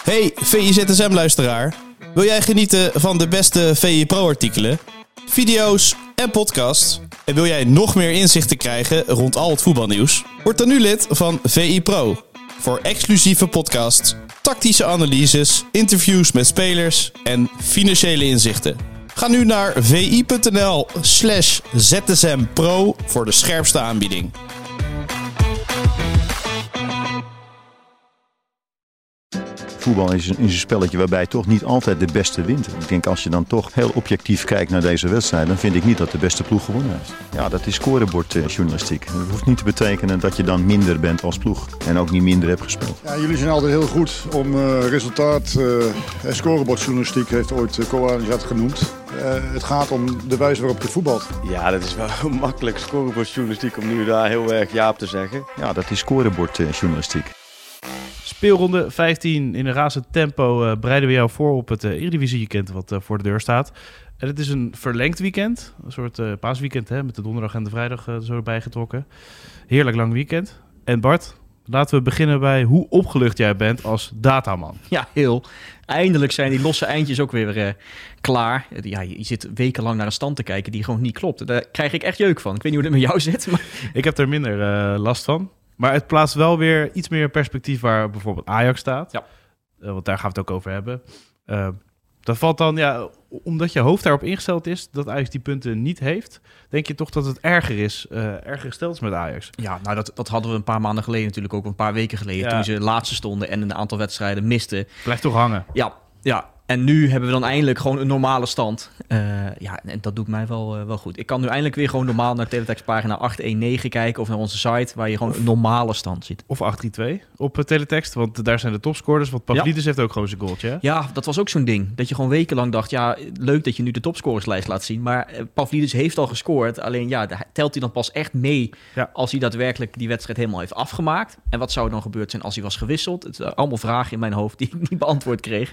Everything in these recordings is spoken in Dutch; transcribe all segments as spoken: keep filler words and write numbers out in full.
Hey V I Z S M-luisteraar. Wil jij genieten van de beste V I Pro-artikelen, video's en podcasts? En wil jij nog meer inzichten krijgen rond al het voetbalnieuws? Word dan nu lid van V I Pro. Voor exclusieve podcasts, tactische analyses, interviews met spelers en financiële inzichten. Ga nu naar vi.nl slash zsmpro voor de scherpste aanbieding. Voetbal is een, is een spelletje waarbij toch niet altijd de beste wint. Ik denk als je dan toch heel objectief kijkt naar deze wedstrijd, dan vind ik niet dat de beste ploeg gewonnen heeft. Ja, dat is scorebordjournalistiek. Dat hoeft niet te betekenen dat je dan minder bent als ploeg en ook niet minder hebt gespeeld. Ja, jullie zijn altijd heel goed om uh, resultaat. Uh, scorebordjournalistiek heeft ooit uh, Koan dat genoemd. Uh, het gaat om de wijze waarop je voetbalt. Ja, dat is wel makkelijk scorebordjournalistiek om nu daar heel erg ja op te zeggen. Ja, dat is scorebordjournalistiek. Speelronde vijftien. In een razend tempo uh, bereiden we jou voor op het uh, Eredivisie weekend wat uh, voor de deur staat. En het is een verlengd weekend. Een soort uh, paasweekend, hè, met de donderdag en de vrijdag uh, zo erbij getrokken. Heerlijk lang weekend. En Bart, laten we beginnen bij hoe opgelucht jij bent als dataman. Ja, heel. Eindelijk zijn die losse eindjes ook weer uh, klaar. Ja, je zit wekenlang naar een stand te kijken die gewoon niet klopt. Daar krijg ik echt jeuk van. Ik weet niet hoe het met jou zit. Maar... Ik heb er minder uh, last van. Maar het plaatst wel weer iets meer perspectief waar bijvoorbeeld Ajax staat. Ja. Uh, want daar gaan we het ook over hebben. Uh, dat valt dan, ja, omdat je hoofd daarop ingesteld is dat Ajax die punten niet heeft, denk je toch dat het erger is, uh, erger gesteld is met Ajax. Ja, nou dat, dat hadden we een paar maanden geleden natuurlijk ook, een paar weken geleden, ja. Toen ze laatste stonden en een aantal wedstrijden misten. Blijft toch hangen. Ja, ja. En nu hebben we dan eindelijk gewoon een normale stand. Uh, ja, en dat doet mij wel, uh, wel goed. Ik kan nu eindelijk weer gewoon normaal naar Teletextpagina acht één negen kijken of naar onze site waar je gewoon een normale stand ziet. Of acht drie twee op uh, Teletext, want daar zijn de topscorers. Want Pavlidis ja. heeft ook gewoon zijn goaltje. Hè? Ja, dat was ook zo'n ding. Dat je gewoon wekenlang dacht, ja, leuk dat je nu de topscorerslijst laat zien. Maar uh, Pavlidis heeft al gescoord. Alleen ja, telt hij dan pas echt mee ja. als hij daadwerkelijk die wedstrijd helemaal heeft afgemaakt. En wat zou er dan gebeurd zijn als hij was gewisseld? Het zijn allemaal vragen in mijn hoofd die ik niet beantwoord kreeg.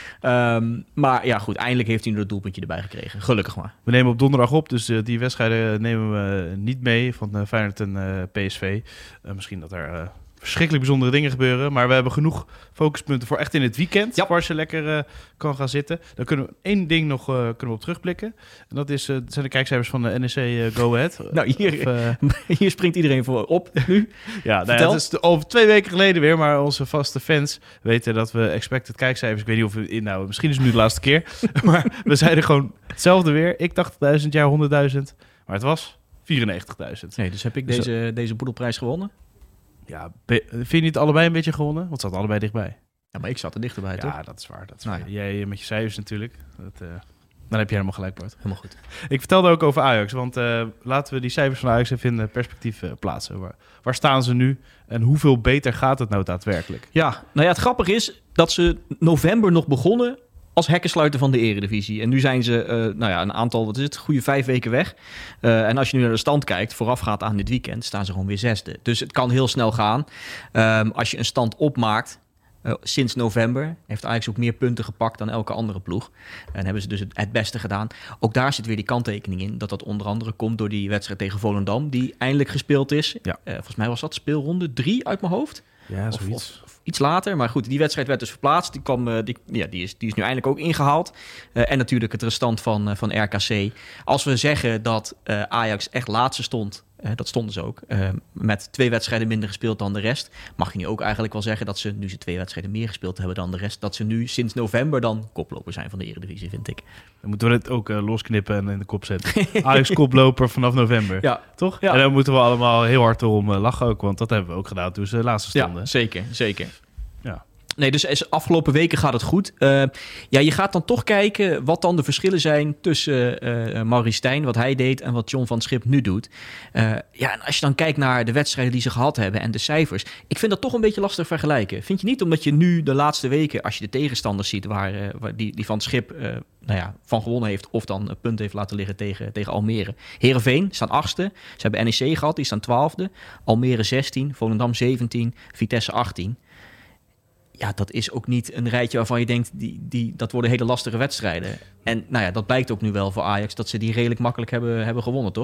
Um, maar ja, goed, eindelijk heeft hij nu dat doelpuntje erbij gekregen. Gelukkig maar. We nemen op donderdag op, dus uh, die wedstrijden nemen we uh, niet mee van uh, Feyenoord en uh, P S V. Uh, misschien dat er uh, verschrikkelijk bijzondere dingen gebeuren, maar we hebben genoeg focuspunten voor echt in het weekend, ja. waar je lekker uh, kan gaan zitten. Dan kunnen we één ding nog uh, kunnen we op terugblikken. En dat is, uh, zijn de kijkcijfers van de N E C uh, Go Ahead. Nou, hier, of, uh, hier springt iedereen voor op nu. Ja, nou ja, het is over twee weken geleden weer, maar onze vaste fans weten dat we expected kijkcijfers, ik weet niet of we inhouden, misschien is het nu de laatste keer, maar we zeiden gewoon hetzelfde weer. Ik dacht duizend, jaar honderdduizend, maar het was vierennegentigduizend. Nee, dus heb ik dus deze, uh, deze boedelprijs gewonnen? Ja, be- vind je niet allebei een beetje gewonnen? Want het zat allebei dichtbij. Ja, maar ik zat er dichterbij, ja, toch? Ja, dat is waar. Dat is nou, waar. ja. Jij met je cijfers natuurlijk. Dat, uh, dan heb je helemaal gelijk, Bart. Helemaal goed. Ik vertelde ook over Ajax, want uh, laten we die cijfers van Ajax even in perspectief uh, plaatsen. Waar, waar staan ze nu en hoeveel beter gaat het nou daadwerkelijk? Ja, nou ja, het grappige is dat ze november nog begonnen als hekkensluiter van de Eredivisie. En nu zijn ze, uh, nou ja, een aantal, wat is het, goede vijf weken weg. Uh, en als je nu naar de stand kijkt, voorafgaand aan dit weekend, staan ze gewoon weer zesde. Dus het kan heel snel gaan. Um, als je een stand opmaakt, uh, sinds november, heeft Ajax ook meer punten gepakt dan elke andere ploeg. En hebben ze dus het, het beste gedaan. Ook daar zit weer die kanttekening in, dat dat onder andere komt door die wedstrijd tegen Volendam, die eindelijk gespeeld is. Ja. Uh, volgens mij was dat speelronde drie uit mijn hoofd. Ja, of, zoiets. Of, of iets later. Maar goed, die wedstrijd werd dus verplaatst. Die, kwam, uh, die, ja, die, is, die is nu eindelijk ook ingehaald. Uh, en natuurlijk het restant van, uh, van R K C. Als we zeggen dat uh, Ajax echt laatste stond, uh, dat stonden ze ook, uh, met twee wedstrijden minder gespeeld dan de rest, mag je nu ook eigenlijk wel zeggen dat ze, nu ze twee wedstrijden meer gespeeld hebben dan de rest, dat ze nu sinds november dan koploper zijn van de Eredivisie, vind ik. Dan moeten we het ook uh, losknippen en in de kop zetten. Ajax koploper vanaf november. Ja. Toch? Ja. En dan moeten we allemaal heel hard erom uh, lachen ook, want dat hebben we ook gedaan toen ze laatste stonden. Ja, zeker, zeker. Ja. Nee, dus afgelopen weken gaat het goed. Uh, ja, je gaat dan toch kijken wat dan de verschillen zijn tussen uh, Maurice Stijn, wat hij deed, en wat John van Schip nu doet. Uh, ja, en als je dan kijkt naar de wedstrijden die ze gehad hebben en de cijfers, ik vind dat toch een beetje lastig vergelijken. Vind je niet? Omdat je nu de laatste weken, als je de tegenstanders ziet waar, uh, waar die, die van Schip uh, nou ja, van gewonnen heeft of dan een punt heeft laten liggen tegen, tegen Almere. Heerenveen staan achtste. Ze hebben N E C gehad, die staan twaalfde. Almere zestien, Volendam zeventien, Vitesse achttien. Ja, dat is ook niet een rijtje waarvan je denkt, die, die, dat worden hele lastige wedstrijden. En nou ja, dat blijkt ook nu wel voor Ajax, dat ze die redelijk makkelijk hebben, hebben gewonnen, toch?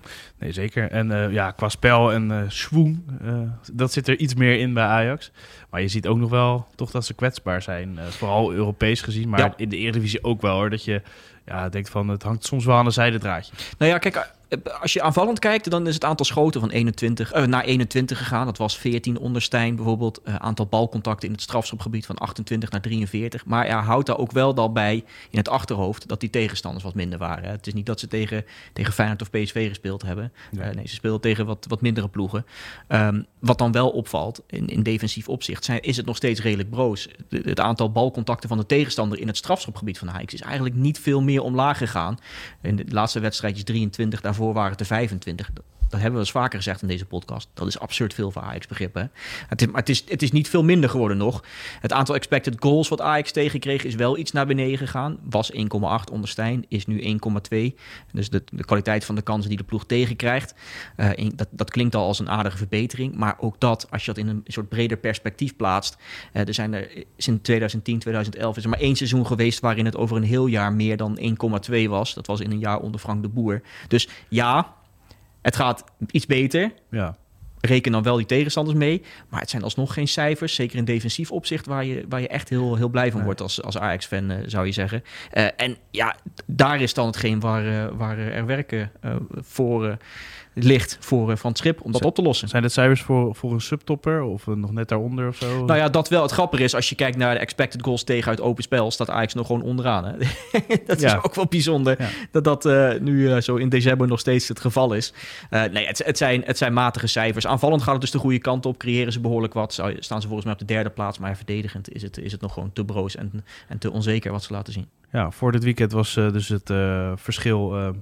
Nee, zeker. En uh, ja, qua spel en uh, schwung, uh, dat zit er iets meer in bij Ajax. Maar je ziet ook nog wel toch dat ze kwetsbaar zijn. Uh, vooral Europees gezien, maar ja. in de Eredivisie ook wel hoor. Dat je ja, denkt van, het hangt soms wel aan een zijdendraadje. Nou ja, kijk, als je aanvallend kijkt, dan is het aantal schoten van eenentwintig, uh, naar eenentwintig gegaan. Dat was veertien onder Stijn bijvoorbeeld. Uh, aantal balcontacten in het strafschopgebied van achtentwintig naar drieënveertig. Maar ja, houdt daar ook wel dan bij in het achterhoofd dat die tegenstanders wat minder waren. Hè. Het is niet dat ze tegen, tegen Feyenoord of P S V gespeeld hebben. Ja. Uh, nee, ze speelden tegen wat, wat mindere ploegen. Um, wat dan wel opvalt in, in defensief opzicht, zijn, is het nog steeds redelijk broos. De, het aantal balcontacten van de tegenstander in het strafschopgebied van Ajax is eigenlijk niet veel meer omlaag gegaan. In de laatste wedstrijdjes drieëntwintig, daarvoor waren het er vijfentwintig. Dat hebben we eens vaker gezegd in deze podcast. Dat is absurd veel voor Ajax begrippen. Het is, maar het is, het is niet veel minder geworden nog. Het aantal expected goals wat Ajax tegenkreeg is wel iets naar beneden gegaan. Was één komma acht onder Stijn, is nu één komma twee. Dus de, de kwaliteit van de kansen die de ploeg tegenkrijgt, uh, in, dat, dat klinkt al als een aardige verbetering. Maar ook dat, als je dat in een soort breder perspectief plaatst. Uh, er zijn er sinds twintig tien, twintig elf is er maar één seizoen geweest waarin het over een heel jaar meer dan één komma twee was. Dat was in een jaar onder Frank de Boer. Dus ja, het gaat iets beter. Ja. Reken dan wel die tegenstanders mee. Maar het zijn alsnog geen cijfers. Zeker in defensief opzicht waar je, waar je echt heel, heel blij van nee. wordt als, als Ajax-fan, uh, zou je zeggen. Uh, en ja, daar is dan hetgeen waar, uh, waar er werken uh, voor uh, ligt voor uh, Van het Schip om dat Z- op te lossen. Zijn dit cijfers voor, voor een subtopper of uh, nog net daaronder of zo? Nou ja, dat wel. Het grappige is, als je kijkt naar de expected goals tegen uit open spel, staat Ajax nog gewoon onderaan. Hè? dat ja. is ook wel bijzonder ja. dat dat uh, nu uh, zo in december nog steeds het geval is. Uh, nee, het, het, zijn, het zijn matige cijfers. Aanvallend gaat het dus de goede kant op. Creëren ze behoorlijk wat. Staan ze volgens mij op de derde plaats. Maar verdedigend is het, is het nog gewoon te broos en, en te onzeker wat ze laten zien. Ja, voor dit weekend was uh, dus het uh, verschil uh,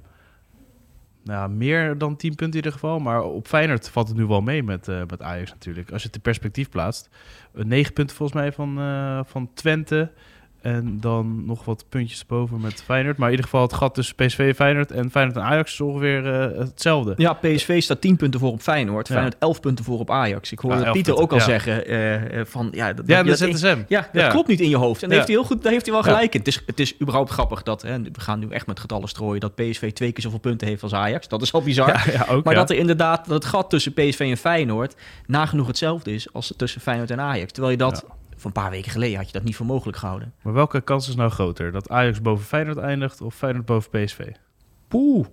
nou, meer dan tien punten in ieder geval. Maar op Feyenoord valt het nu wel mee met, uh, met Ajax natuurlijk. Als je het in perspectief plaatst. Uh, negen punten volgens mij van, uh, van Twente. En dan nog wat puntjes boven met Feyenoord. Maar in ieder geval het gat tussen P S V en Feyenoord en Feyenoord en Ajax is ongeveer uh, hetzelfde. Ja, P S V staat tien punten voor op Feyenoord. Ja. Feyenoord elf punten voor op Ajax. Ik hoorde ja, Pieter punten, ook al ja. zeggen uh, van... Ja, dat, ja, dat, dat, dat, ja, dat ja. klopt niet in je hoofd. En daar ja. heeft hij heel goed, daar heeft hij wel gelijk ja. in. Het is, het is überhaupt grappig dat... Hè, we gaan nu echt met getallen strooien... dat P S V twee keer zoveel punten heeft als Ajax. Dat is al bizar. Ja, ja, ook, maar ja. dat er inderdaad dat het gat tussen P S V en Feyenoord... nagenoeg hetzelfde is als tussen Feyenoord en Ajax. Terwijl je dat... Ja. Van een paar weken geleden had je dat niet voor mogelijk gehouden. Maar welke kans is nou groter? Dat Ajax boven Feyenoord eindigt of Feyenoord boven P S V? Poeh.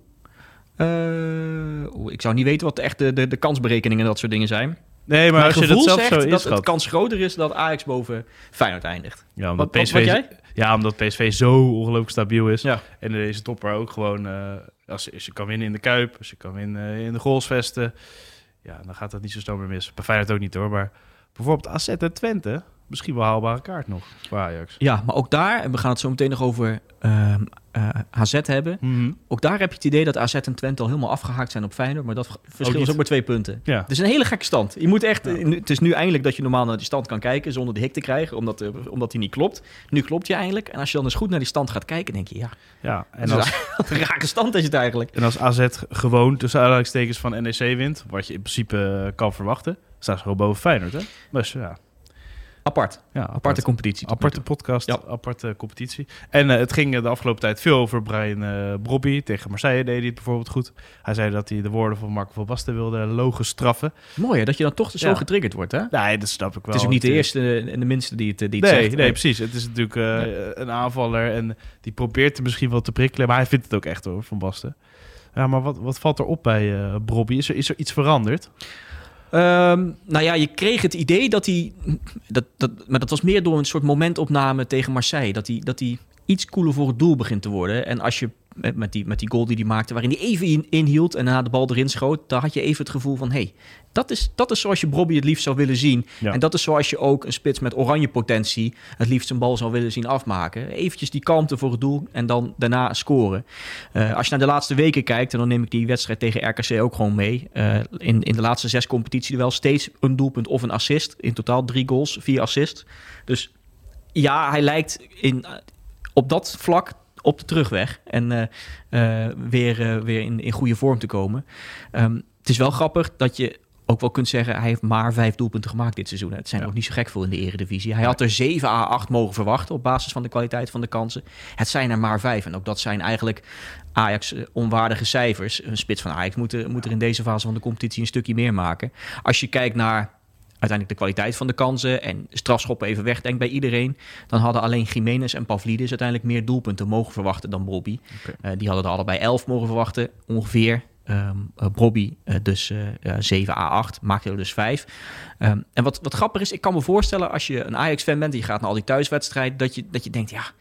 Uh, ik zou niet weten wat de, echt de, de, de kansberekeningen en dat soort dingen zijn. Nee, maar Mijn als je dat zelf zegt zo dat het kans groter is dat Ajax boven Feyenoord eindigt. Ja, omdat wat, P S V, wat, wat jij? Ja, omdat P S V zo ongelooflijk stabiel is. Ja. En deze topper ook gewoon... Uh, als, als je kan winnen in de Kuip, als je kan winnen uh, in de goalsvesten... Ja, dan gaat dat niet zo snel meer mis. Bij Feyenoord ook niet hoor, maar bijvoorbeeld A Z en Twente... Misschien wel haalbare kaart nog voor Ajax. Ja, maar ook daar, en we gaan het zo meteen nog over uh, uh, H Z hebben. Mm-hmm. Ook daar heb je het idee dat A Z en Twente al helemaal afgehaakt zijn op Feyenoord. Maar dat verschil ook is ook maar twee punten. Ja. Het is een hele gekke stand. Je moet echt, ja. Het is nu eindelijk dat je normaal naar die stand kan kijken zonder de hik te krijgen. Omdat, uh, omdat die niet klopt. Nu klopt je eindelijk. En als je dan eens goed naar die stand gaat kijken, denk je ja. Ja, en als, een rake stand is het eigenlijk. En als A Z gewoon tussen aanhalingstekens van N E C wint, wat je in principe kan verwachten, staan ze gewoon boven Feyenoord. Hè? Dus ja. Apart. Ja, apart. Aparte competitie. Aparte podcast, ja. aparte competitie. En uh, het ging uh, de afgelopen tijd veel over Brian uh, Brobby. Tegen Marseille deed hij het bijvoorbeeld goed. Hij zei dat hij de woorden van Marco van Basten wilde logen straffen. Mooi hè, dat je dan toch zo ja. getriggerd wordt hè? Nee, dat snap ik wel. Het is ook niet de eerste en de minste die het, die het nee, zegt. Nee, precies. Het is natuurlijk uh, nee. een aanvaller en die probeert er misschien wel te prikkelen. Maar hij vindt het ook echt hoor, Van Basten. Ja, maar wat, wat valt erop bij uh, Brobby? Is er, is er iets veranderd? Um, nou ja, je kreeg het idee dat hij... Dat, dat, maar dat was meer door een soort momentopname tegen Marseille. Dat hij, dat hij iets cooler voor het doel begint te worden. En als je met, met, die, met die goal die hij maakte, waarin hij even in, inhield en daarna de bal erin schoot, dan had je even het gevoel van, hé, hey, dat is, dat is zoals je Brobby het liefst zou willen zien. Ja. En dat is zoals je ook een spits met oranje potentie het liefst zijn bal zou willen zien afmaken. Eventjes die kalmte voor het doel en dan daarna scoren. Uh, als je naar de laatste weken kijkt, en dan neem ik die wedstrijd tegen R K C ook gewoon mee. Uh, in, in de laatste zes competities wel steeds een doelpunt of een assist. In totaal drie goals, vier assists. Dus ja, hij lijkt in, op dat vlak op de terugweg en uh, uh, weer, uh, weer in, in goede vorm te komen. Um, het is wel grappig dat je ook wel kunt zeggen, hij heeft maar vijf doelpunten gemaakt dit seizoen. Het zijn Ja. ook niet zo gek veel in de Eredivisie. Hij had er zeven à acht mogen verwachten op basis van de kwaliteit van de kansen. Het zijn er maar vijf. En ook dat zijn eigenlijk Ajax uh, onwaardige cijfers. Een spits van Ajax moet er, moet er in deze fase van de competitie een stukje meer maken. Als je kijkt naar uiteindelijk de kwaliteit van de kansen en strafschoppen even wegdenkt bij iedereen, dan hadden alleen Gimenez en Pavlidis uiteindelijk meer doelpunten mogen verwachten dan Bobby. Okay. Uh, die hadden er allebei elf mogen verwachten, ongeveer. Um, uh, Bobby uh, dus uh, uh, zeven à acht, maakte er dus vijf. Um, en wat, wat grappig is, ik kan me voorstellen als je een Ajax-fan bent en je gaat naar al die thuiswedstrijden, dat je, dat je denkt, ja,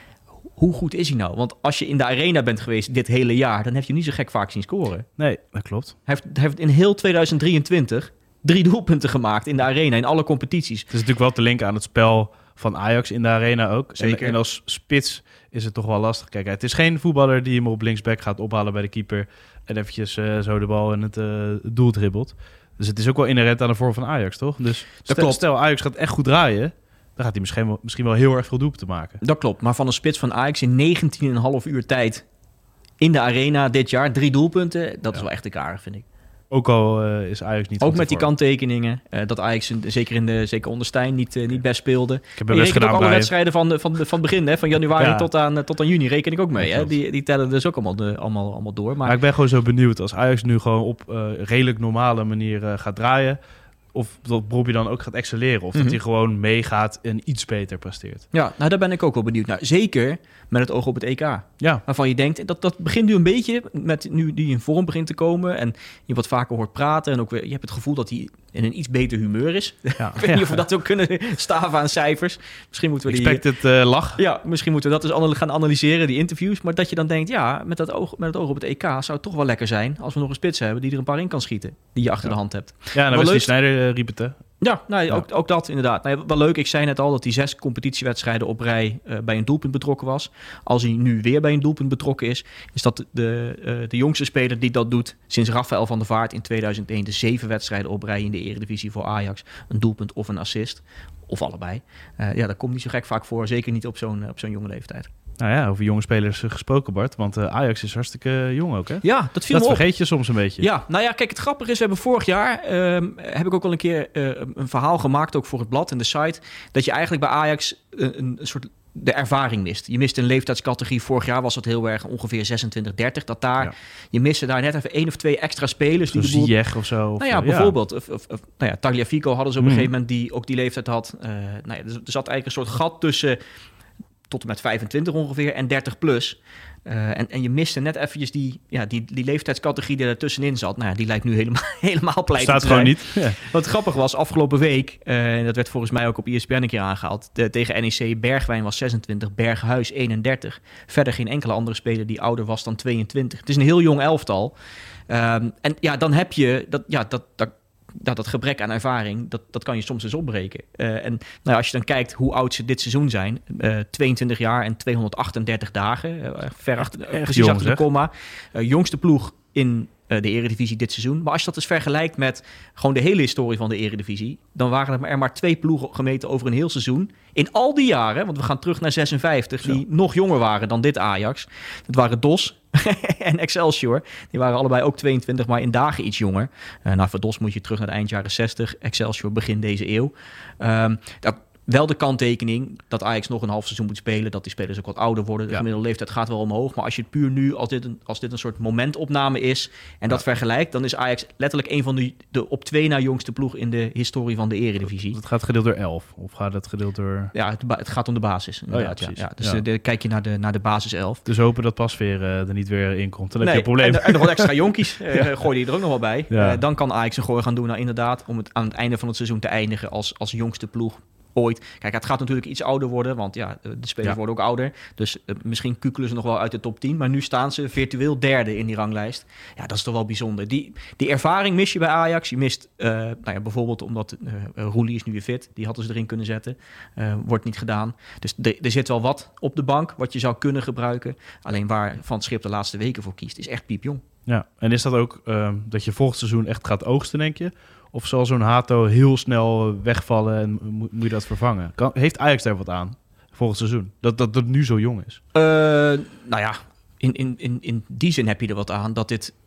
hoe goed is hij nou? Want als je in de arena bent geweest dit hele jaar, dan heb je hem niet zo gek vaak zien scoren. Nee, dat klopt. Hij heeft, hij heeft in heel tweeduizend drieëntwintig drie doelpunten gemaakt in de arena, in alle competities. Het is natuurlijk wel te linken aan het spel van Ajax in de arena ook. Zeker. En, en als spits is het toch wel lastig. Kijk, het is geen voetballer die hem op linksback gaat ophalen bij de keeper en eventjes uh, zo de bal in het uh, doel dribbelt. Dus het is ook wel inherent aan de vorm van Ajax, toch? Dus stel, klopt. stel Ajax gaat echt goed draaien, dan gaat hij misschien wel, misschien wel heel erg veel doelpunten maken. Dat klopt, maar van een spits van Ajax in negentien komma vijf uur tijd in de arena dit jaar, drie doelpunten, dat ja. is wel echt te karig, vind ik. Ook al uh, is Ajax niet... Ook met die kanttekeningen. Uh, dat Ajax zeker, in de, zeker onder Stijn niet, uh, niet best speelde. Ik heb best gedaan ook alle bij... wedstrijden van, van, van het begin. Hè, van januari ja. tot, aan, tot aan juni reken ik ook mee. Hè. Die, die tellen dus ook allemaal, de, allemaal, allemaal door. Maar... maar ik ben gewoon zo benieuwd. Als Ajax nu gewoon op uh, redelijk normale manier uh, gaat draaien, of dat Bobby dan ook gaat excelleren. Of mm-hmm. dat hij gewoon meegaat en iets beter presteert. Ja, nou daar ben ik ook wel benieuwd naar. Zeker met het oog op het E K. Ja. Waarvan je denkt, dat, dat begint nu een beetje, met nu die in vorm begint te komen. En je wat vaker hoort praten. En ook weer, je hebt het gevoel dat hij in een iets beter humeur is. Ja. Ik weet niet of we dat ook kunnen staven aan cijfers. Misschien moeten we die... Expected uh, lach. Ja, misschien moeten we dat dus gaan analyseren, die interviews. Maar dat je dan denkt, ja, met, dat oog, met het oog op het E K zou het toch wel lekker zijn als we nog een spits hebben die er een paar in kan schieten. Die je achter ja. de hand hebt. Ja, nou Wesley Sneijder uh, riep het, hè? Ja, nou, ja. Ook, ook dat inderdaad. Nou, wel leuk, ik zei net al dat hij zes competitiewedstrijden op rij uh, bij een doelpunt betrokken was. Als hij nu weer bij een doelpunt betrokken is, is dat de, uh, de jongste speler die dat doet sinds Rafael van der Vaart in tweeduizend één. De zeven wedstrijden op rij in de Eredivisie voor Ajax. Een doelpunt of een assist. Of allebei. Uh, ja, dat komt niet zo gek vaak voor. Zeker niet op zo'n, op zo'n jonge leeftijd. Nou ja, over jonge spelers gesproken, Bart. Want uh, Ajax is hartstikke jong ook, hè? Ja, dat viel dat me op. vergeet je soms een beetje. Ja, nou ja, kijk, het grappige is, we hebben vorig jaar... Um, heb ik ook al een keer uh, een verhaal gemaakt, ook voor het blad en de site... dat je eigenlijk bij Ajax een, een soort... de ervaring mist. Je mist een leeftijdscategorie. Vorig jaar was dat heel erg ongeveer zesentwintig, dertig. Dat daar, ja. Je miste daar net even één of twee extra spelers. Zo'n die de boel... Ziyech of zo. Of, nou ja, bijvoorbeeld. Ja. Of, of, of, nou ja, Tagliafico hadden ze op een mm. gegeven moment die ook die leeftijd had. Uh, nou ja, er zat eigenlijk een soort gat tussen tot en met vijfentwintig ongeveer en dertig plus. Uh, en, en je miste net eventjes die, ja, die, die leeftijdscategorie die er tussenin zat. Nou ja, die lijkt nu helemaal, helemaal pleiten Staat te gewoon zijn. niet. Ja. Wat grappig was, afgelopen week, uh, dat werd volgens mij ook op E S P N een keer aangehaald. De, tegen N E C, Bergwijn was zesentwintig, Berghuis eenendertig. Verder geen enkele andere speler die ouder was dan tweeëntwintig. Het is een heel jong elftal. Um, en ja, dan heb je, dat, ja, dat, dat, dat, dat gebrek aan ervaring, dat, dat kan je soms eens opbreken. Uh, en nou ja, als je dan kijkt hoe oud ze dit seizoen zijn, uh, tweeëntwintig jaar en tweehonderdachtendertig dagen, uh, ver achter, uh, precies jong, achter de komma. Uh, jongste ploeg in uh, de Eredivisie dit seizoen. Maar als je dat dus vergelijkt met gewoon de hele historie van de Eredivisie, dan waren er maar twee ploegen gemeten over een heel seizoen. In al die jaren, want we gaan terug naar zesenvijftig, Zo. die nog jonger waren dan dit Ajax. Dat waren D O S en Excelsior. Die waren allebei ook tweeëntwintig, maar in dagen iets jonger. Uh, nou, voor D O S moet je terug naar de eind jaren zestig. Excelsior begin deze eeuw. Um, dat Wel de kanttekening dat Ajax nog een half seizoen moet spelen. Dat die spelers ook wat ouder worden. De ja. gemiddelde leeftijd gaat wel omhoog. Maar als je het puur nu, als dit een, als dit een soort momentopname is en dat ja. vergelijkt, dan is Ajax letterlijk een van de, de op twee na jongste ploeg in de historie van de Eredivisie. Het gaat gedeeld door elf? Of gaat het gedeeld door... Ja, het, het gaat om de basis. Oh ja, ja. Ja. Dus ja. De, kijk je naar de, naar de basis elf. Dus hopen dat Pasveer uh, er niet weer in komt. Dan nee, heb je een probleem. En, en nog wat extra jonkies. uh, gooi die er ook nog wel bij. Ja. Uh, dan kan Ajax een gooi gaan doen. Nou, inderdaad, om het aan het einde van het seizoen te eindigen als, als jongste ploeg ooit. Kijk, het gaat natuurlijk iets ouder worden, want ja, de spelers ja. worden ook ouder. Dus uh, misschien kukelen ze nog wel uit de top tien, maar nu staan ze virtueel derde in die ranglijst. Ja, dat is toch wel bijzonder. Die, die ervaring mis je bij Ajax. Je mist uh, nou ja, bijvoorbeeld omdat uh, Roelie is nu weer fit. Die hadden ze erin kunnen zetten. Uh, wordt niet gedaan. Dus de, er zit wel wat op de bank wat je zou kunnen gebruiken. Alleen waar Van 't Schip de laatste weken voor kiest, is echt piepjong. Ja, en is dat ook uh, dat je volgend seizoen echt gaat oogsten, denk je? Of zal zo'n Hato heel snel wegvallen en moet, moet je dat vervangen? Kan, heeft Ajax daar wat aan volgend seizoen? Dat dat het nu zo jong is? Uh, nou ja, in, in, in, in die zin heb je er wat aan dat dit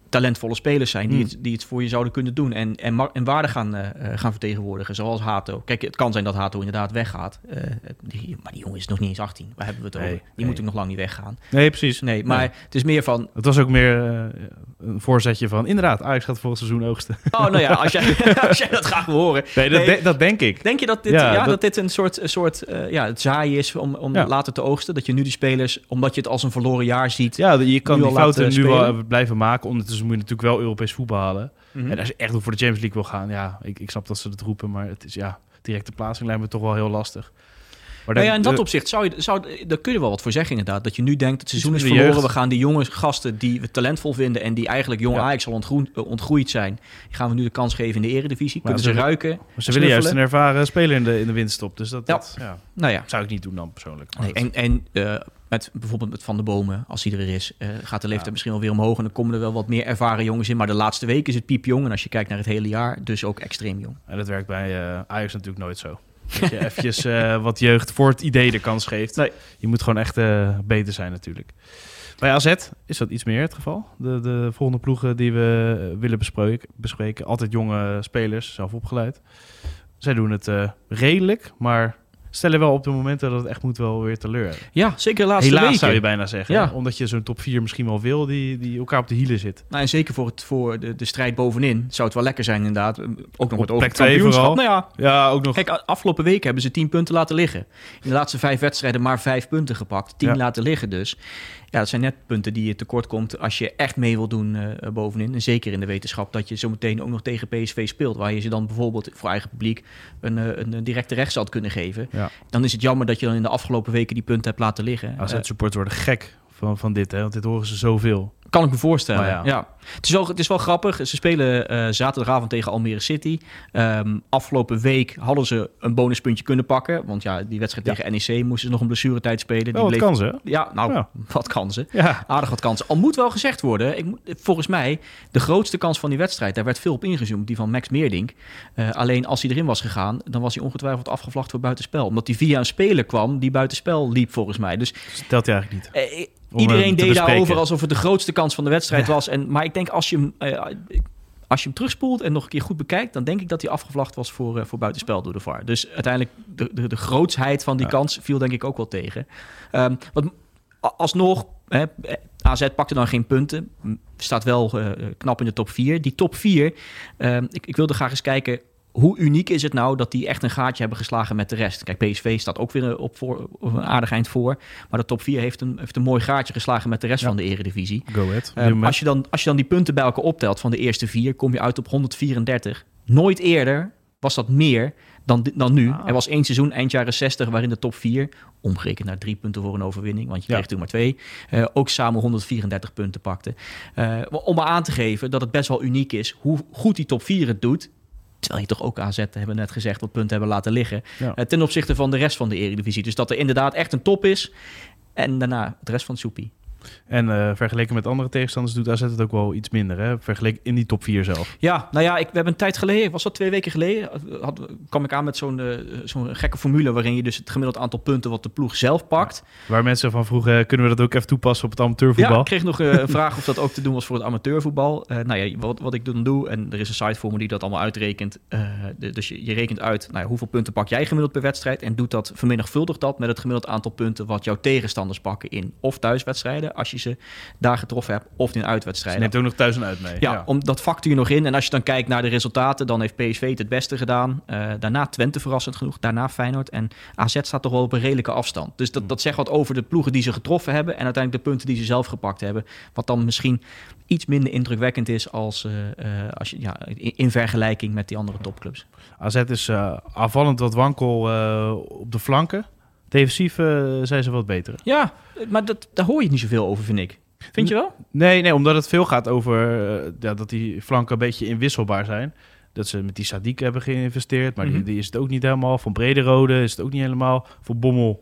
talentvolle spelers zijn die, Mm. het, die het voor je zouden kunnen doen en, en, mar- en waarde gaan, uh, gaan vertegenwoordigen, zoals Hato. Kijk, het kan zijn dat Hato inderdaad weggaat, uh, die, maar die jongen is nog niet eens achttien. Waar hebben we het Nee, over? Die nee. moet ook nog lang niet weggaan. Nee, precies. Nee, maar Nee. het is meer van... Het was ook meer uh, een voorzetje van... Inderdaad, Ajax gaat volgend seizoen oogsten. Oh, nou ja, als jij, als jij dat graag wil horen. Nee, dat, Nee. de- dat denk ik. Denk je dat dit, Ja, ja, dat... dat- dit een soort, een soort uh, ja, het zaaien is om, om Ja. later te oogsten? Dat je nu die spelers, omdat je het als een verloren jaar ziet... Ja, je kan nu die al fouten laten nu spelen. wel blijven maken. Ondertussen moet je natuurlijk wel Europees voetbal halen. Mhm. En als je echt voor de Champions League wil gaan... Ja, ik, ik snap dat ze dat roepen. Maar het is ja, directe plaatsing lijkt me toch wel heel lastig. Maar Nou ja, in dat de- opzicht zou je, zou, daar kun je wel wat voor zeggen inderdaad. Dat je nu denkt, het seizoen is de verloren. jeugd. We gaan die jonge gasten die we talentvol vinden... en die eigenlijk jong Ja. Ajax al ontgroeid, uh, ontgroeid zijn... die gaan we nu de kans geven in de eredivisie. Maar Kunnen ze ze wil- ruiken, Maar ze willen juist een snuffelen. ervaren speler in de, in de winststop. Dus dat, Ja. dat ja, Nou ja, zou ik niet doen dan persoonlijk. Maar nee, goed. en, en uh, met, bijvoorbeeld met Van der Bomen, als hij er is... Uh, gaat de leeftijd Ja. misschien wel weer omhoog... en dan komen er wel wat meer ervaren jongens in. Maar de laatste week is het piepjong. En als je kijkt naar het hele jaar, dus ook extreem jong. En dat werkt bij uh, Ajax natuurlijk nooit zo. Dat je eventjes uh, wat jeugd voor het idee de kans geeft. Nee. Je moet gewoon echt uh, beter zijn natuurlijk. Bij A Z is dat iets meer het geval. De, de volgende ploegen die we willen bespreken, bespreken. Altijd jonge spelers, zelf opgeleid. Zij doen het uh, redelijk, maar stellen wel op de momenten dat het echt moet wel weer teleur. Ja, zeker de laatste Helaas weken. zou je bijna zeggen. Ja. Omdat je zo'n top vier misschien wel wil die, die elkaar op de hielen zit. Nou, en zeker voor, het, voor de, de strijd bovenin zou het wel lekker zijn inderdaad. Ook nog met over plek het twee kampioenschap. vooral. Nou ja, Ja, ook nog. kijk, afgelopen weken hebben ze tien punten laten liggen. In de laatste vijf wedstrijden maar vijf punten gepakt. Tien Ja. laten liggen dus. Ja, dat zijn net punten die je tekort komt als je echt mee wil doen uh, bovenin. En zeker in de wetenschap dat je zo meteen ook nog tegen P S V speelt. Waar je ze dan bijvoorbeeld voor eigen publiek een, uh, een directe rechtszaal had kunnen geven. Ja. Dan is het jammer dat je dan in de afgelopen weken die punten hebt laten liggen. A Uh, Z-supporters worden gek van, van dit, hè? Want dit horen ze zoveel. Kan ik me voorstellen. Maar ja. ja. Het, is wel, het is wel grappig. Ze spelen uh, zaterdagavond tegen Almere City. Um, afgelopen week hadden ze een bonuspuntje kunnen pakken. Want ja, die wedstrijd Ja. tegen N E C moesten ze nog een blessuretijd spelen. Wel, die wat kan ze? Ja, nou, Ja. wat kansen. Ja. Aardig wat kansen. Al moet wel gezegd worden, ik, moet- volgens mij, de grootste kans van die wedstrijd, daar werd veel op ingezoomd, die van Max Meerdink. Uh, alleen als hij erin was gegaan, dan was hij ongetwijfeld afgevlacht voor buitenspel. Omdat hij via een speler kwam die buitenspel liep, volgens mij. Dus Dat telt je eigenlijk niet. eh, Om iedereen hem te deed bespreken. daarover alsof het de grootste kans van de wedstrijd Ja. was. En, maar ik denk als je hem... Uh, als je hem terugspoelt en nog een keer goed bekijkt, dan denk ik dat hij afgevlacht was voor, uh, voor buitenspel door de V A R. Dus uiteindelijk, de, de, de grootsheid van die Ja. kans viel denk ik ook wel tegen. Um, wat, alsnog, hè, A Z pakte dan geen punten. Staat wel uh, knap in de top vier. Die top vier, um, ik, ik wilde graag eens kijken, hoe uniek is het nou dat die echt een gaatje hebben geslagen met de rest? Kijk, P S V staat ook weer op, voor, op een aardig eind voor. Maar de top vier heeft een, heeft een mooi gaatje geslagen met de rest Ja. van de eredivisie. Go ahead. Um, als, je dan, als je dan die punten bij elkaar optelt van de eerste vier, kom je uit op honderdvierendertig. Nooit eerder was dat meer dan, dan nu. Ah. Er was één seizoen, eind jaren zestig, waarin de top vier, omgerekend naar drie punten voor een overwinning, want je Ja. kreeg toen maar twee, uh, ook samen honderdvierendertig punten pakte. Uh, om maar aan te geven dat het best wel uniek is hoe goed die top vier het doet. Terwijl je toch ook A Z, hebben we net gezegd, wat punten hebben laten liggen. Ja. Uh, ten opzichte van de rest van de eredivisie. Dus dat er inderdaad echt een top is. En daarna het rest van het soepie. En uh, vergeleken met andere tegenstanders doet A Z het ook wel iets minder, hè? Vergeleken in die top vier zelf. Ja, nou ja, ik, we hebben een tijd geleden, was dat twee weken geleden, had, kwam ik aan met zo'n, uh, zo'n gekke formule waarin je dus het gemiddeld aantal punten wat de ploeg zelf pakt. Waar mensen van vroegen, kunnen we dat ook even toepassen op het amateurvoetbal? Ja, ik kreeg nog uh, een vraag of dat ook te doen was voor het amateurvoetbal. Uh, nou ja, wat, wat ik dan doe, en er is een site voor me die dat allemaal uitrekent. Uh, de, dus je, je rekent uit nou ja, hoeveel punten pak jij gemiddeld per wedstrijd en doet dat, vermenigvuldigt dat met het gemiddeld aantal punten wat jouw tegenstanders pakken in of thuiswedstrijden, als je ze daar getroffen hebt, of in Dus uitwedstrijden. je neemt ook nog thuis en uit mee. Ja, om, dat factor je nog in. En als je dan kijkt naar de resultaten, dan heeft P S V het het beste gedaan. Uh, daarna Twente verrassend genoeg. Daarna Feyenoord. En A Z staat toch wel op een redelijke afstand. Dus dat, dat zegt wat over de ploegen die ze getroffen hebben. En uiteindelijk de punten die ze zelf gepakt hebben. Wat dan misschien iets minder indrukwekkend is als, uh, uh, als je, ja, in, in vergelijking met die andere topclubs. A Z is uh, aanvallend wat wankel uh, op de flanken. Defensief uh, zijn ze wat beter. Ja, maar dat, daar hoor je niet zoveel over, vind ik. Vind je wel? Nee, nee, omdat het veel gaat over uh, ja, dat die flanken een beetje inwisselbaar zijn. Dat ze met die Sadiq hebben geïnvesteerd, maar Mm-hmm. die, die is het ook niet helemaal. Van Brederode is het ook niet helemaal. Voor Bommel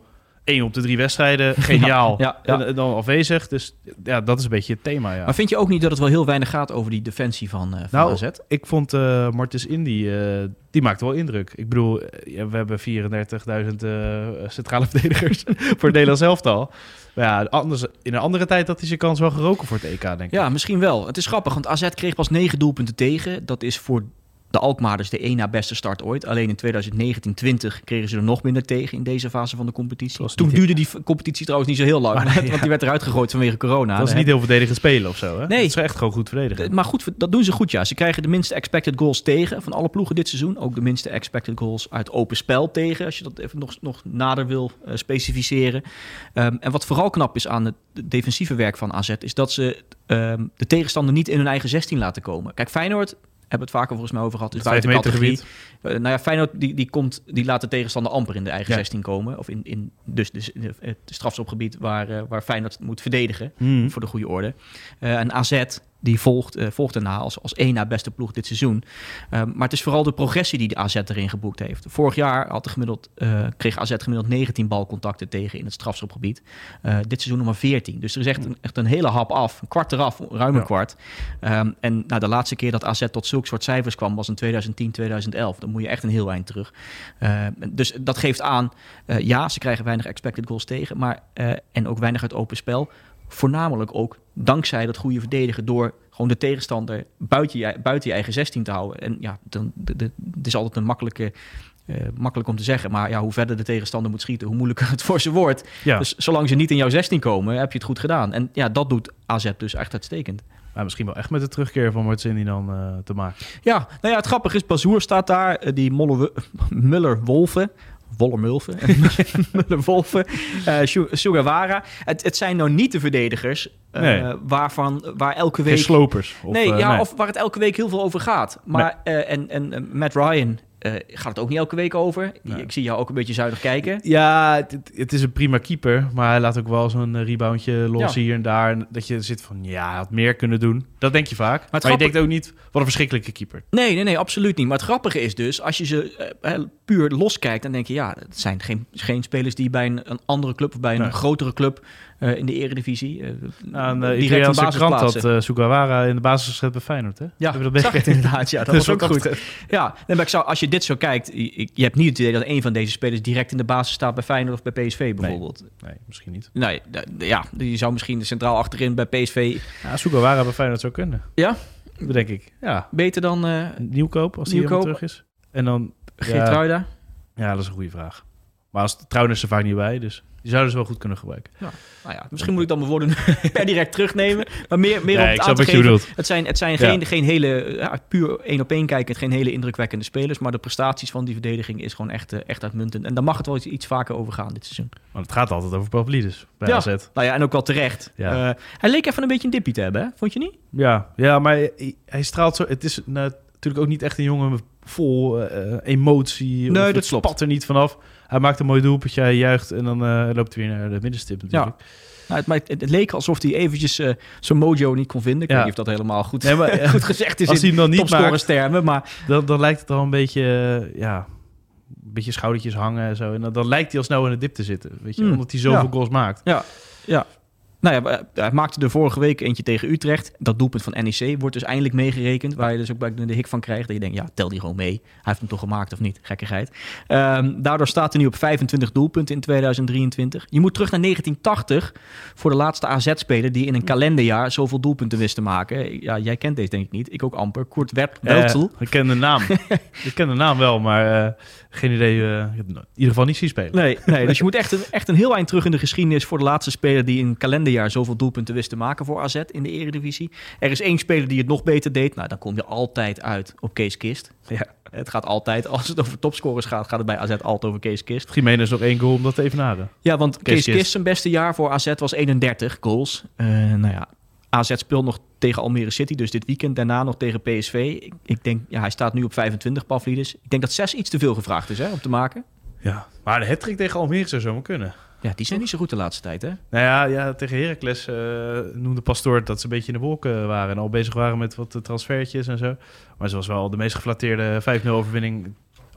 één op de drie wedstrijden. Geniaal. Ja, ja, ja. En, en dan afwezig. Dus ja, dat is een beetje het thema. Ja. Maar vind je ook niet dat het wel heel weinig gaat over die defensie van, uh, van nou, A Z? Ik vond uh, Martens Indy, uh, die maakte wel indruk. Ik bedoel, ja, we hebben vierendertigduizend uh, centrale verdedigers voor het Nederlands elftal. Maar ja, anders, in een andere tijd had hij zijn kans wel geroken voor het E K, denk ik. Ja, misschien wel. Het is grappig, want A Z kreeg pas negen doelpunten tegen. Dat is voor de Alkmaarders de één na beste start ooit. Alleen in twintig negentien twintig kregen ze er nog minder tegen in deze fase van de competitie. Toen duurde die competitie trouwens niet zo heel lang. Maar, want ja. die werd eruit gegooid vanwege corona. Dat was niet heel verdedigend spelen of zo, hè? Nee. Dat is echt gewoon goed verdedigen. Maar goed, dat doen ze goed, ja. Ze krijgen de minste expected goals tegen van alle ploegen dit seizoen. Ook de minste expected goals uit open spel tegen, als je dat even nog, nog nader wil uh, specificeren. Um, en wat vooral knap is aan het defensieve werk van A Z, is dat ze um, de tegenstander niet in hun eigen zestien laten komen. Kijk, Feyenoord hebben het vaker volgens mij over gehad. Dus buiten categorie. Uh, nou ja, Feyenoord die, die, komt, die laat de tegenstander amper in de eigen ja. zestien komen. Of in, in dus, dus het strafschopgebied waar, uh, waar Feyenoord moet verdedigen. Mm. Voor de goede orde. Uh, en A Z die volgt, uh, volgt daarna als, als één na beste ploeg dit seizoen. Uh, maar het is vooral de progressie die de A Z erin geboekt heeft. Vorig jaar had de gemiddeld, uh, kreeg A Z gemiddeld negentien balcontacten tegen in het strafschopgebied. Uh, dit seizoen nog maar veertien. Dus er is echt een, echt een hele hap af. Een kwart eraf, ruim een ja. kwart. Um, en nou, de laatste keer dat A Z tot zulke soort cijfers kwam was in twintig tien, twintig elf. Dan moet je echt een heel eind terug. Uh, dus dat geeft aan, uh, ja, ze krijgen weinig expected goals tegen. Maar, uh, en ook weinig uit open spel. Voornamelijk ook dankzij dat goede verdedigen door gewoon de tegenstander buiten je, buiten je eigen zestien te houden. En ja, dan, de, de, het is altijd een makkelijke, uh, makkelijk om te zeggen. Maar ja, hoe verder de tegenstander moet schieten, hoe moeilijker het voor ze wordt. Ja. Dus zolang ze niet in jouw zestien komen, heb je het goed gedaan. En ja, dat doet A Z dus echt uitstekend. Maar misschien wel echt met de terugkeer van Martens Indy dan uh, te maken. Ja, nou ja, het grappige is, Bazoer staat daar, uh, die Molle, Muller-Wolfen. Wollermulfen, Muller-Wolfen, uh, Sugawara. Het, het zijn nou niet de verdedigers uh, nee. waarvan waar elke week... Geen slopers. Of, nee, uh, ja, nee. of waar het elke week heel veel over gaat. Maar nee. uh, en, en uh, Matt Ryan... Uh, gaat het ook niet elke week over? Nee. Ik zie jou ook een beetje zuinig kijken. Ja, het, het is een prima keeper. Maar hij laat ook wel zo'n reboundje los ja. hier en daar. Dat je zit van, ja, hij had meer kunnen doen. Dat denk je vaak. Maar, maar grappig... je denkt ook niet, wat een verschrikkelijke keeper. Nee, nee, nee, absoluut niet. Maar het grappige is dus, als je ze uh, puur los kijkt, dan denk je, ja, het zijn geen, geen spelers die bij een, een andere club of bij een nee. grotere club uh, in de eredivisie uh, nou, de Italiaanse krant had uh, Sugawara in de basis gezet bij Feyenoord, hè? Ja, dat zag het inderdaad. Ja, dat was ook goed. Het. Ja, nee, maar ik zou, als je dit zo kijkt, je, je hebt niet het idee dat een van deze spelers direct in de basis staat bij Feyenoord of bij P S V bijvoorbeeld. Nee, nee misschien niet. Nee, ja, je zou misschien centraal achterin bij P S V... Ja, Sugawara bij Feyenoord zou kunnen. Ja? Dat denk ik. Ja. Beter dan... Uh, Nieuwkoop, als hij helemaal terug is. En dan... Geertruida? Ja, ja, dat is een goede vraag. Maar als Trouwen is er vaak niet bij, dus die zouden ze wel goed kunnen gebruiken. Ja. Nou ja, misschien moet ik dan mijn woorden per direct terugnemen. Maar meer, meer nee, om het aan te geven. Het zijn, het zijn geen, ja. geen hele, ja, puur één op één kijken, geen hele indrukwekkende spelers. Maar de prestaties van die verdediging is gewoon echt, echt uitmuntend. En daar mag het wel iets, iets vaker over gaan dit seizoen. Maar het gaat altijd over Pavlidis bij ja. A Z. Nou ja, en ook wel terecht. Ja. Uh, hij leek even een beetje een dippie te hebben, hè? Vond je niet? Ja, ja maar hij, hij straalt zo... Het is nou, natuurlijk ook niet echt een jongen vol uh, emotie. Nee, of dat klopt. Spat er niet vanaf. Hij maakt een mooi doelpuntje, hij juicht en dan uh, loopt hij weer naar de middenstip natuurlijk. Ja. Nou, het, het, het leek alsof hij eventjes uh, zijn mojo niet kon vinden. Ik ja. weet niet of dat helemaal goed, nee, maar, uh, goed gezegd is als in hij dan niet topscorerstermen. Maar dan, dan lijkt het al een beetje, uh, ja, een beetje schoudertjes hangen en zo. En dan, dan lijkt hij al snel in de dip te zitten, weet je, mm. omdat hij zoveel ja. goals maakt. Ja, ja. Nou ja, hij maakte er vorige week eentje tegen Utrecht. Dat doelpunt van N E C wordt dus eindelijk meegerekend. Waar je dus ook bij de hik van krijgt. Dat je denkt, ja, tel die gewoon mee. Hij heeft hem toch gemaakt of niet? Gekkigheid. Um, daardoor staat hij nu op vijfentwintig doelpunten in tweeduizend drieëntwintig. Je moet terug naar negentien tachtig voor de laatste A Z-speler... die in een kalenderjaar zoveel doelpunten wist te maken. Ja, jij kent deze denk ik niet. Ik ook amper. Kurt Weltel. Ja, ik ken de naam. ik ken de naam wel, maar uh, geen idee. Uh, ik heb in ieder geval niet zien spelen. Nee, nee dus je moet echt een, echt een heel eind terug in de geschiedenis... voor de laatste speler die in een kalenderjaar zoveel doelpunten wist te maken voor A Z in de Eredivisie. Er is één speler die het nog beter deed. Nou, dan kom je altijd uit op Kees Kist. Ja, het gaat altijd, als het over topscorers gaat, gaat het bij A Z altijd over Kees Kist. Jiménez nog één goal om dat te evenaren. Ja, want Kees, Kees Kist, Kist zijn beste jaar voor A Z was eenendertig goals. Uh, nou ja, A Z speelt nog tegen Almere City, dus dit weekend. Daarna nog tegen P S V. Ik, ik denk, ja, hij staat nu op vijfentwintig, Pavlidis. Ik denk dat zes iets te veel gevraagd is, hè, om te maken. Ja, maar de hattrick tegen Almere zou zomaar kunnen. Ja, die zijn niet zo goed de laatste tijd, hè? Nou ja, ja tegen Heracles uh, noemde Pastoor dat ze een beetje in de wolken waren... en al bezig waren met wat transfertjes en zo. Maar ze was wel de meest geflatteerde vijf nul overwinning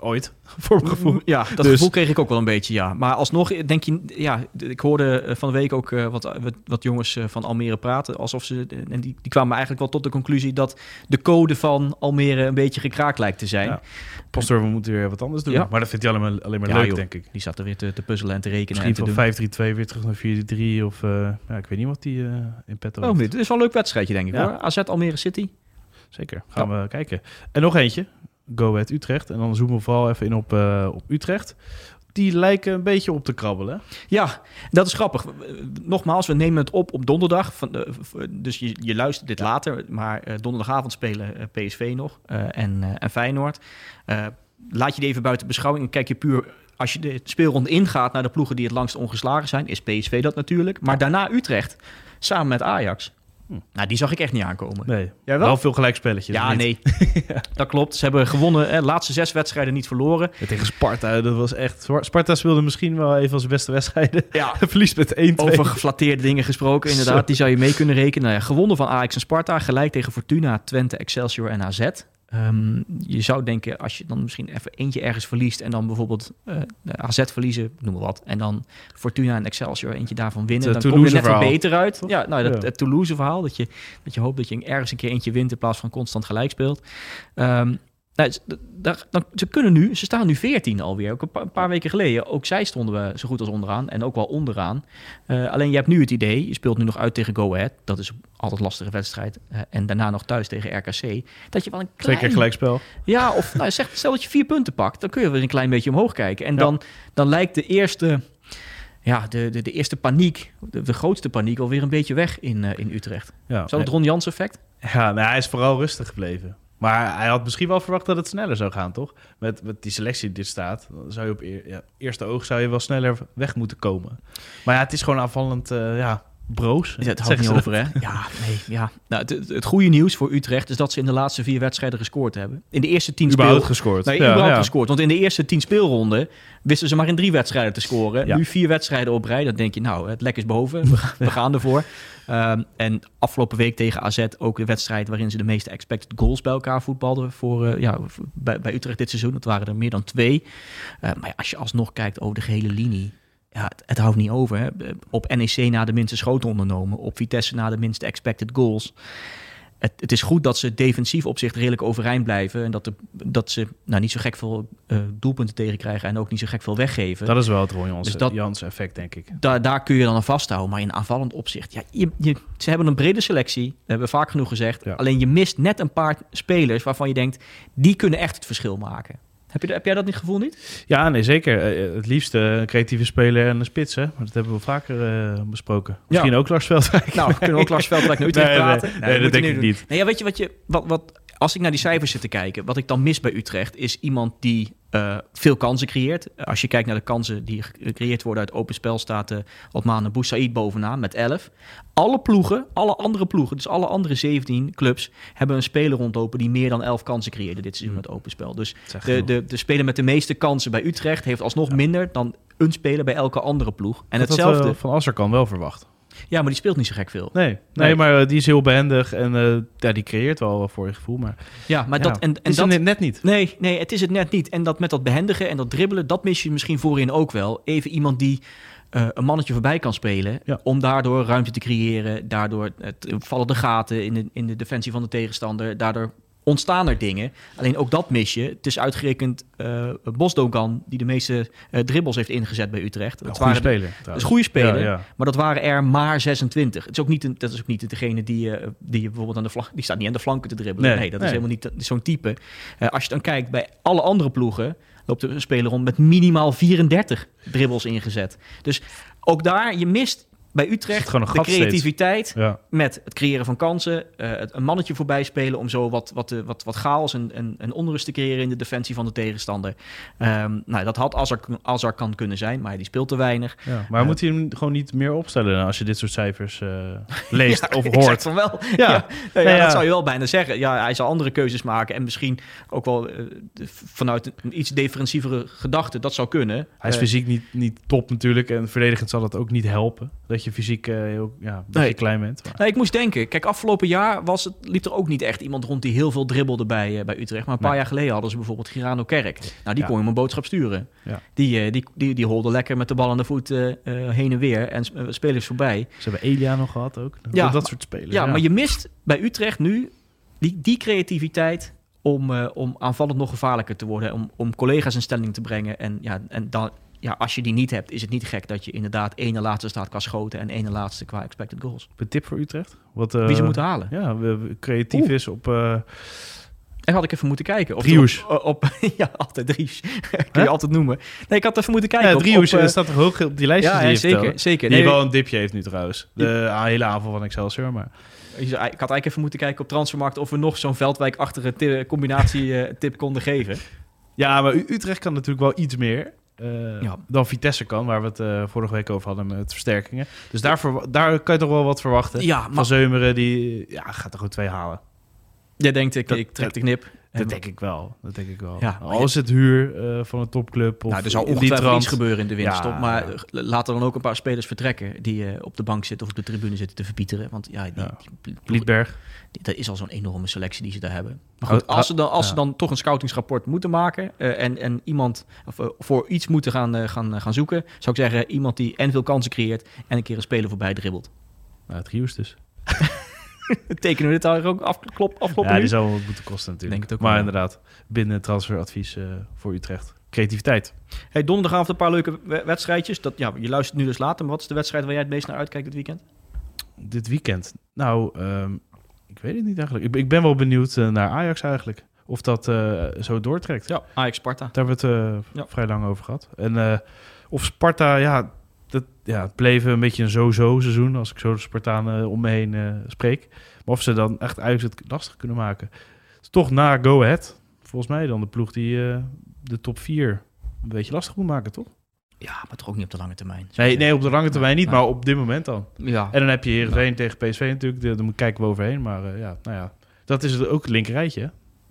ooit, voor mijn gevoel. Ja, dat Dus- gevoel kreeg ik ook wel een beetje, ja. Maar alsnog denk je... Ja, ik hoorde uh, van de week ook uh, wat, wat, wat jongens uh, van Almere praten. Alsof ze... En die, die kwamen eigenlijk wel tot de conclusie dat de code van Almere een beetje gekraakt lijkt te zijn. Ja. Pastoor, we moeten weer wat anders doen. Ja. Maar dat vindt hij alleen maar, alleen maar Ja, leuk, joh. denk ik. Die zat er weer te, te puzzelen en te rekenen. Misschien en te van doen. vijf drie twee weer terug naar vier drie of... Uh, ja, ik weet niet wat die uh, in petto Oh, heeft. nee, dit is wel een leuk wedstrijdje, denk ik. Ja. Hoor. A Z Almere City. Zeker, gaan we kijken. En nog eentje, Go Ahead Utrecht. En dan zoomen we vooral even in op, uh, op Utrecht. Die lijken een beetje op te krabbelen. Ja, dat is grappig. Nogmaals, we nemen het op op donderdag. Van, uh, dus je, je luistert dit later. Maar uh, donderdagavond spelen uh, P S V nog uh, en, uh, en Feyenoord. Uh, laat je die even buiten beschouwing. En kijk je puur... Als je de speelronde ingaat naar de ploegen die het langst ongeslagen zijn... is P S V dat natuurlijk. Maar daarna Utrecht, samen met Ajax. Hm. Nou, die zag ik echt niet aankomen. Nee, Jij wel? wel veel gelijkspelletjes. Ja, nee. Dat klopt. Ze hebben gewonnen. De laatste zes wedstrijden niet verloren. Ja, tegen Sparta, dat was echt... Sparta speelde misschien wel even als beste wedstrijden. Ja. Verliest met één twee. Over geflatteerde dingen gesproken, inderdaad. Zo. Die zou je mee kunnen rekenen. Nou ja, gewonnen van Ajax en Sparta. Gelijk tegen Fortuna, Twente, Excelsior en A Z. Um, je zou denken, als je dan misschien even eentje ergens verliest... en dan bijvoorbeeld uh, A Z verliezen, noem maar wat... en dan Fortuna en Excelsior eentje daarvan winnen... Het dan kom je net wat Toulouse-verhaal. beter uit. Toch? Ja, nou, dat, Ja. het Toulouse-verhaal. Dat je, dat je hoopt dat je ergens een keer eentje wint... in plaats van constant gelijk speelt. Um, nou, d- d- dan, ze kunnen nu, ze staan nu veertien alweer. Ook een, pa- een paar weken geleden, ook zij stonden we zo goed als onderaan en ook wel onderaan. Uh, alleen je hebt nu het idee, je speelt nu nog uit tegen Go Ahead. Dat is altijd een lastige wedstrijd. Uh, en daarna nog thuis tegen R K C. Dat je wel een klein... Zeker gelijkspel. Ja, of nou, zeg, stel dat je vier punten pakt, dan kun je weer een klein beetje omhoog kijken. En Ja. dan, dan lijkt de eerste... Ja, de, de, de eerste paniek, de, de grootste paniek, alweer een beetje weg in, uh, in Utrecht. Ja. Zou het Ron Jans effect? Ja, nou, hij is vooral rustig gebleven. Maar hij had misschien wel verwacht dat het sneller zou gaan, toch? Met, met die selectie die er staat, dan zou je op eer, ja, eerste oog zou je wel sneller weg moeten komen. Maar ja, het is gewoon aanvallend, uh, ja, broos. Het houdt Zeggen niet ze over, hè? Ja, nee, ja. Nou, het, het, het goede nieuws voor Utrecht is dat ze in de laatste vier wedstrijden gescoord hebben. In de eerste tien Überhaupt speel... gescoord. Nee, Ja, überhaupt ja. gescoord. Want in de eerste tien speelronden wisten ze maar in drie wedstrijden te scoren. Ja. Nu vier wedstrijden op rij. Dan denk je, nou, het lek is boven. We, gaan- we gaan ervoor. Um, en afgelopen week tegen A Z ook de wedstrijd waarin ze de meeste expected goals bij elkaar voetbalden voor, uh, ja, voor- bij, bij Utrecht dit seizoen. Dat waren er meer dan twee. Uh, maar ja, als je alsnog kijkt over de gehele linie... Ja, het, het houdt niet over. Hè. Op N E C na de minste schoten ondernomen. Op Vitesse na de minste expected goals. Het, het is goed dat ze defensief op zich redelijk overeind blijven. En dat, de, dat ze nou, niet zo gek veel uh, doelpunten tegenkrijgen. En ook niet zo gek veel weggeven. Dat is wel het Ron Jans, Dus dat- Jans effect, denk ik. Daar, daar kun je dan aan vasthouden. Maar in aanvallend opzicht... Ja, je, je, ze hebben een brede selectie. Dat hebben we vaak genoeg gezegd. Ja. Alleen je mist net een paar spelers waarvan je denkt... die kunnen echt het verschil maken. Heb, je, heb jij dat niet gevoel niet? Ja, nee, zeker. Uh, het liefst uh, een creatieve speler en een spits, hè. Maar dat hebben we vaker uh, besproken. Misschien ook Lars Veldwijk. Nou, we kunnen ook Lars Veldwijk naar Utrecht Nee, nee, praten. nee, dat dat moet je denk nu ik doen. niet. Nee, ja, weet je wat je... Wat, wat, als ik naar die cijfers zit te kijken... wat ik dan mis bij Utrecht... is iemand die uh, veel kansen creëert. Als je kijkt naar de kansen die gecreëerd worden uit open spel... staat uh, Otmane Boussaïd bovenaan met elf. Alle ploegen, alle andere ploegen... dus alle andere zeventien clubs... hebben een speler rondlopen... die meer dan elf kansen creëerde dit seizoen met open spel. Dus Zeg de, de, de speler met de meeste kansen bij Utrecht... heeft alsnog ja. minder dan een speler bij elke andere ploeg. En dat hetzelfde... had, uh, Van Asserkan wel verwacht. Ja, maar die speelt niet zo gek veel. Nee, nee, Nee. maar uh, die is heel behendig en uh, ja, die creëert wel voor je gevoel. Maar Ja, maar ja, dat... En, en het is dat net, net niet. Nee, nee, het is het net niet. En dat met dat behendigen en dat dribbelen, dat mis je misschien voorin ook wel. Even iemand die uh, een mannetje voorbij kan spelen, Ja. om daardoor ruimte te creëren. Daardoor het, vallen de gaten in de, in de defensie van de tegenstander. Daardoor ontstaan er dingen. Alleen ook dat mis je. Het is uitgerekend uh, Bosdogan die de meeste uh, dribbles heeft ingezet bij Utrecht. Een Dat goede waren de- speler. Dat is een goede speler, Ja, ja. maar dat waren er maar zesentwintig. Het is ook niet, een, dat is ook niet degene die, uh, die je bijvoorbeeld aan de flank... Die staat niet aan de flanken te dribbelen. Nee, Nee, dat nee. is helemaal niet zo'n type. Uh, als je dan kijkt bij alle andere ploegen... loopt er een speler rond met minimaal vierendertig dribbles ingezet. Dus ook daar, je mist bij Zit Utrecht gewoon een de gat steeds. creativiteit... Ja. met het creëren van kansen, uh, het, een mannetje voorbij spelen... om zo wat, wat, wat, wat chaos en, en, en onrust te creëren in de defensie van de tegenstander. Um, nou, dat had Azar, Azar kan kunnen zijn, maar die speelt te weinig. Ja, maar Uh, moet je hem gewoon niet meer opstellen als je dit soort cijfers uh, leest Ja, of ik hoort? zeg van wel. Ja. Ja, ja, Nee, ja. dat zou je wel bijna zeggen. Ja, hij zal andere keuzes maken en misschien ook wel uh, de- vanuit een iets defensievere gedachte. Dat zou kunnen. Hij is Uh, fysiek niet, niet top natuurlijk en verdedigend zal dat ook niet helpen. Dat dat je fysiek uh, heel ja, een beetje Nee. klein bent. Maar... Nou, ik moest denken, kijk, afgelopen jaar was het, liep er ook niet echt iemand rond die heel veel dribbelde bij, uh, bij Utrecht. Maar een paar Nee. jaar geleden hadden ze bijvoorbeeld Girano Kerk. Nou, die Ja. kon je hem een boodschap sturen. Ja. Die, uh, die, die, die holde lekker met de bal aan de voet uh, uh, heen en weer en uh, spelers voorbij. Ze hebben Elia nog gehad ook. Ja, dat maar- soort spelers. Ja, maar je mist bij Utrecht nu die, die creativiteit om, uh, om aanvallend nog gevaarlijker te worden. Om, om collega's in stelling te brengen. En, ja, en dan, ja, als je die niet hebt, is het niet gek dat je inderdaad ene laatste staat qua schoten en ene laatste qua expected goals. Een tip voor Utrecht? Wat, uh, Wie ze moeten halen. Ja, we, we- creatief Oeh. is op... Uh, En had ik even moeten kijken. Of Driouche. Op, op, ja, altijd Driouche. Kun Hè? je altijd noemen. Nee, ik had even moeten kijken. ja, op- Driouche op, uh, staat er hoog op die lijstjes ja, die ja, je zeker. vertelde. zeker. Die Nee, wel een dipje heeft nu trouwens. De ah, hele aanval van Excelsior, maar... ik had eigenlijk even moeten kijken op Transfermarkt of we nog zo'n Veldwijk-achtige ti- combinatie uh, tip konden geven. Ja, maar U- Utrecht kan natuurlijk wel iets meer uh, Ja. dan Vitesse kan, waar we het uh, vorige week over hadden met versterkingen. Dus daar, verwa- daar kan je toch wel wat verwachten. Ja, Van maar Zeumeren, die ja, gaat er gewoon twee halen. jij denkt, ik, Dat- ik trek dat- de knip. Dat En- denk ik wel. Dat denk ik wel. Ja, maar Al is het huur uh, van een topclub of Nou, er zal in die ongetwijfeld trant. iets gebeuren in de winterstop. Ja, maar ja. uh, laat er dan ook een paar spelers vertrekken die uh, op de bank zitten of op de tribune zitten te verpieteren. Want ja, die, Ja. die, die, Liedberg. die- dat is al zo'n enorme selectie die ze daar hebben. Maar Hou- goed, als ze dan, als ja. ze dan toch een scoutingsrapport moeten maken uh, en, en iemand of, uh, voor iets moeten gaan, uh, gaan, uh, gaan zoeken, zou ik zeggen iemand die en veel kansen creëert en een keer een speler voorbij dribbelt. Nou, het Rius dus. Tekenen we dit daar ook afklop, afkloppen Ja, nu? die zou wel wat moeten kosten natuurlijk. Denk het ook maar wel. inderdaad, binnen transferadvies uh, voor Utrecht. Creativiteit. Hey, donderdagavond een paar leuke we- wedstrijdjes. Dat, ja, je luistert nu dus later, maar wat is de wedstrijd waar jij het meest naar uitkijkt dit weekend? Dit weekend. Nou, um, ik weet het niet eigenlijk. Ik, ik ben wel benieuwd uh, naar Ajax eigenlijk. Of dat uh, zo doortrekt. Ja, Ajax-Sparta. Daar hebben we het uh, Ja. vrij lang over gehad. En uh, of Sparta, ja, dat, ja, het bleef een beetje een zo-zo seizoen. Als ik zo de Spartanen om me heen uh, spreek. Maar of ze dan echt Ajax het lastig kunnen maken. Het is toch na Go Ahead. Volgens mij dan de ploeg die uh, de top vier een beetje lastig moet maken, toch? Ja, maar toch ook niet op de lange termijn. Nee, nee, op de lange termijn niet, Ja. maar op dit moment dan. Ja. En dan heb je Heerenveen tegen P S V natuurlijk. Daar moet kijken we overheen. Maar uh, ja, nou ja, dat is ook het linkerrijtje. Hè?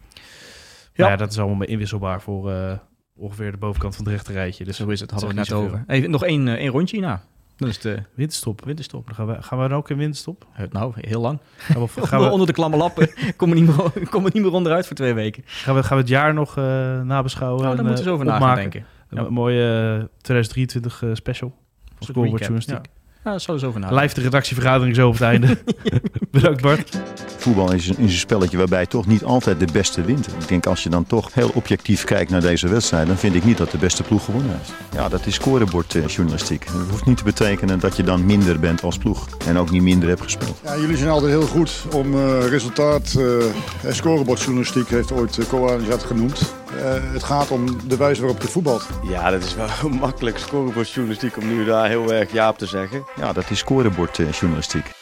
Ja. ja, dat is allemaal inwisselbaar voor uh, ongeveer de bovenkant van het rechterrijtje. Dus Zo is het, hadden we het zegt net niet over. Hey, nog één, uh, één rondje hierna. Dan is de winterstop. winterstop. Dan gaan we, gaan we dan ook in winterstop? Uh, nou, heel lang. Gaan we, gaan we, Onder de klamme lappen. Kom er niet meer, kom er niet meer onderuit voor twee weken. gaan, we, gaan we het jaar nog uh, nabeschouwen? Nou, daar en, moeten we uh, zo over na gaan denken. Een ja. mooie uh, twintig drieëntwintig uh, special. Een Scoreboard recap, journalistiek. Ja. Nou, dat zullen we zo over nadenken. Live de redactievergadering zo op het einde. Bedankt Bart. Voetbal is een, is een spelletje waarbij toch niet altijd de beste wint. Ik denk als je dan toch heel objectief kijkt naar deze wedstrijd, dan vind ik niet dat de beste ploeg gewonnen heeft. Ja, dat is scorebordjournalistiek. Dat hoeft niet te betekenen dat je dan minder bent als ploeg en ook niet minder hebt gespeeld. Ja, jullie zijn altijd heel goed om uh, resultaat. Uh, scorebordjournalistiek heeft ooit uh, Koan dat genoemd. Uh, het gaat om de wijze waarop je voetbalt. Ja, dat is wel makkelijk scorebordjournalistiek om nu daar heel erg ja op te zeggen. Ja, dat is scorebordjournalistiek.